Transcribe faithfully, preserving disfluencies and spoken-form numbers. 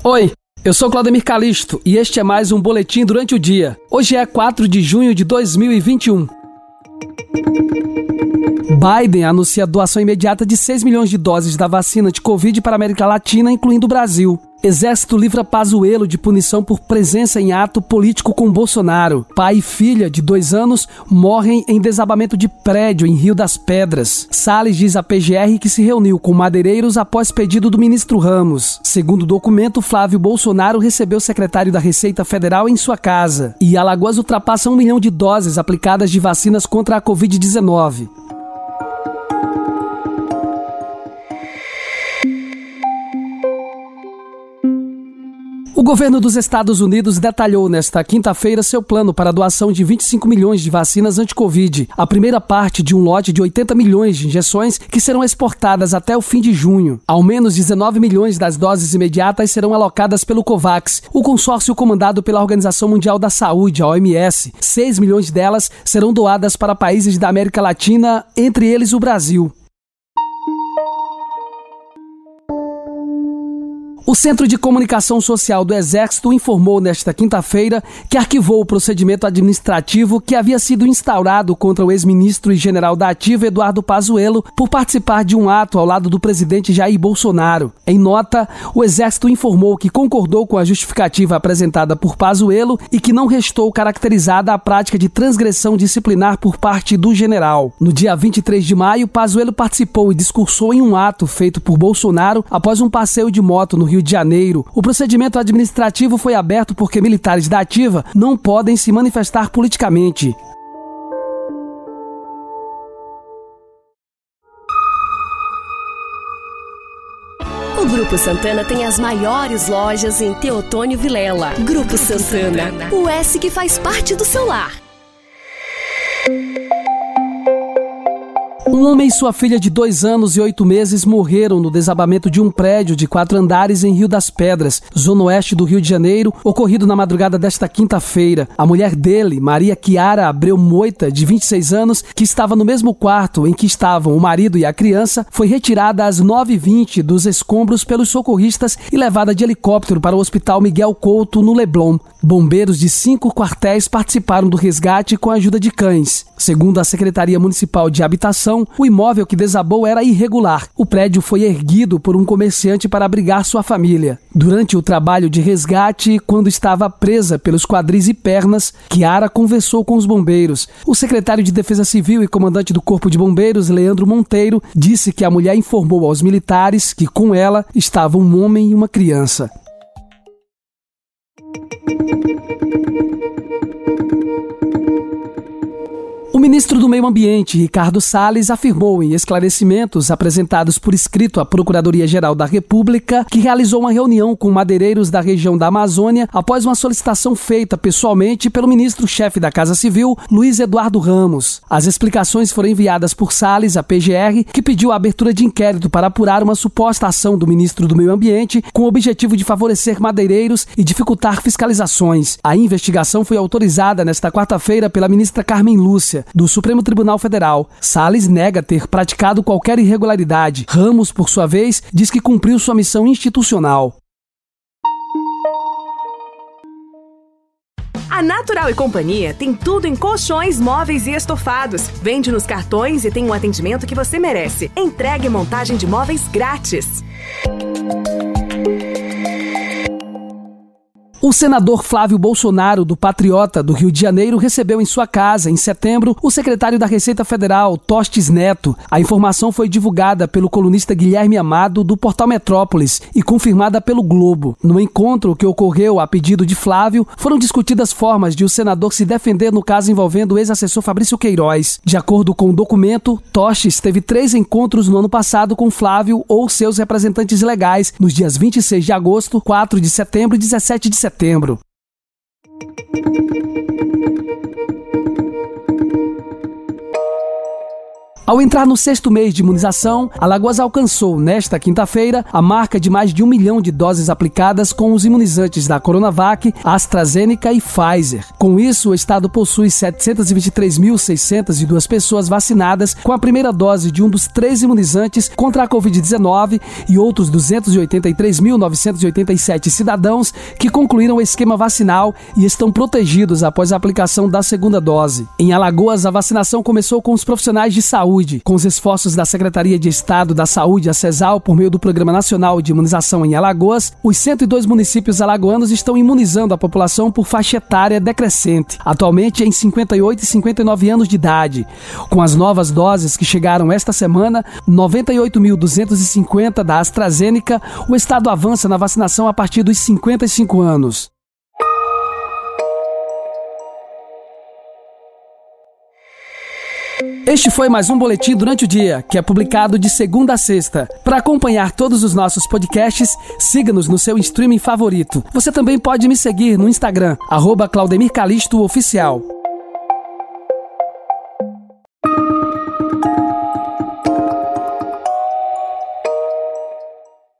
Oi, eu sou Claudemir Calisto e este é mais um Boletim Durante o Dia. Hoje é quatro de junho de dois mil e vinte e um. Biden anuncia a doação imediata de seis milhões de doses da vacina de Covid para a América Latina, incluindo o Brasil. Exército livra Pazuello de punição por presença em ato político com Bolsonaro. Pai e filha, de dois anos, morrem em desabamento de prédio em Rio das Pedras. Salles diz à P G R que se reuniu com madeireiros após pedido do ministro Ramos. Segundo o documento, Flávio Bolsonaro recebeu o secretário da Receita Federal em sua casa. E Alagoas ultrapassa um milhão de doses aplicadas de vacinas contra a covid dezenove. O governo dos Estados Unidos detalhou nesta quinta-feira seu plano para a doação de vinte e cinco milhões de vacinas anti-Covid, a primeira parte de um lote de oitenta milhões de injeções que serão exportadas até o fim de junho. Ao menos dezenove milhões das doses imediatas serão alocadas pelo COVAX, o consórcio comandado pela Organização Mundial da Saúde, a O M S. seis milhões delas serão doadas para países da América Latina, entre eles o Brasil. O Centro de Comunicação Social do Exército informou nesta quinta-feira que arquivou o procedimento administrativo que havia sido instaurado contra o ex-ministro e general da Ativa, Eduardo Pazuello, por participar de um ato ao lado do presidente Jair Bolsonaro. Em nota, o Exército informou que concordou com a justificativa apresentada por Pazuello e que não restou caracterizada a prática de transgressão disciplinar por parte do general. No dia vinte e três de maio, Pazuello participou e discursou em um ato feito por Bolsonaro após um passeio de moto no Rio de Janeiro. O procedimento administrativo foi aberto porque militares da Ativa não podem se manifestar politicamente. O Grupo Santana tem as maiores lojas em Teotônio Vilela. Grupo Santana, o S que faz parte do seu lar. Um homem e sua filha de dois anos e oito meses morreram no desabamento de um prédio de quatro andares em Rio das Pedras, zona oeste do Rio de Janeiro, ocorrido na madrugada desta quinta-feira. A mulher dele, Maria Chiara Abreu Moita, de vinte e seis anos, que estava no mesmo quarto em que estavam o marido e a criança, foi retirada às nove e vinte dos escombros pelos socorristas e levada de helicóptero para o Hospital Miguel Couto, no Leblon. Bombeiros de cinco quartéis participaram do resgate com a ajuda de cães. Segundo a Secretaria Municipal de Habitação, o imóvel que desabou era irregular. O prédio foi erguido por um comerciante para abrigar sua família. Durante o trabalho de resgate, quando estava presa pelos quadris e pernas, Chiara conversou com os bombeiros. O secretário de Defesa Civil e comandante do Corpo de Bombeiros, Leandro Monteiro, disse que a mulher informou aos militares que com ela estava um homem e uma criança. O ministro do Meio Ambiente, Ricardo Salles, afirmou em esclarecimentos apresentados por escrito à Procuradoria-Geral da República que realizou uma reunião com madeireiros da região da Amazônia após uma solicitação feita pessoalmente pelo ministro-chefe da Casa Civil, Luiz Eduardo Ramos. As explicações foram enviadas por Salles à P G R, que pediu a abertura de inquérito para apurar uma suposta ação do ministro do Meio Ambiente com o objetivo de favorecer madeireiros e dificultar fiscalizações. A investigação foi autorizada nesta quarta-feira pela ministra Carmen Lúcia, do Supremo Tribunal Federal. Salles nega ter praticado qualquer irregularidade. Ramos, por sua vez, diz que cumpriu sua missão institucional. A Natural e Companhia tem tudo em colchões, móveis e estofados. Vende nos cartões e tem um atendimento que você merece. Entrega e montagem de móveis grátis. O senador Flávio Bolsonaro, do Patriota do Rio de Janeiro, recebeu em sua casa, em setembro, o secretário da Receita Federal, Tostes Neto. A informação foi divulgada pelo colunista Guilherme Amado, do portal Metrópolis, e confirmada pelo Globo. No encontro que ocorreu a pedido de Flávio, foram discutidas formas de o senador se defender no caso envolvendo o ex-assessor Fabrício Queiroz. De acordo com o documento, Tostes teve três encontros no ano passado com Flávio ou seus representantes legais, nos dias vinte e seis de agosto, quatro de setembro e dezessete de setembro. setembro. Ao entrar no sexto mês de imunização, Alagoas alcançou, nesta quinta-feira, a marca de mais de um milhão de doses aplicadas com os imunizantes da Coronavac, AstraZeneca e Pfizer. Com isso, o estado possui setecentos e vinte e três mil seiscentas e duas pessoas vacinadas com a primeira dose de um dos três imunizantes contra a covid dezenove e outros duzentos e oitenta e três mil novecentos e oitenta e sete cidadãos que concluíram o esquema vacinal e estão protegidos após a aplicação da segunda dose. Em Alagoas, a vacinação começou com os profissionais de saúde. Com os esforços da Secretaria de Estado da Saúde, a CESAL, por meio do Programa Nacional de Imunização em Alagoas, os cento e dois municípios alagoanos estão imunizando a população por faixa etária decrescente, atualmente em cinquenta e oito e cinquenta e nove anos de idade. Com as novas doses que chegaram esta semana, noventa e oito mil duzentos e cinquenta da AstraZeneca, o estado avança na vacinação a partir dos cinquenta e cinco anos. Este foi mais um Boletim Durante o Dia, que é publicado de segunda a sexta. Para acompanhar todos os nossos podcasts, siga-nos no seu streaming favorito. Você também pode me seguir no Instagram, arroba Claudemir Calisto Oficial.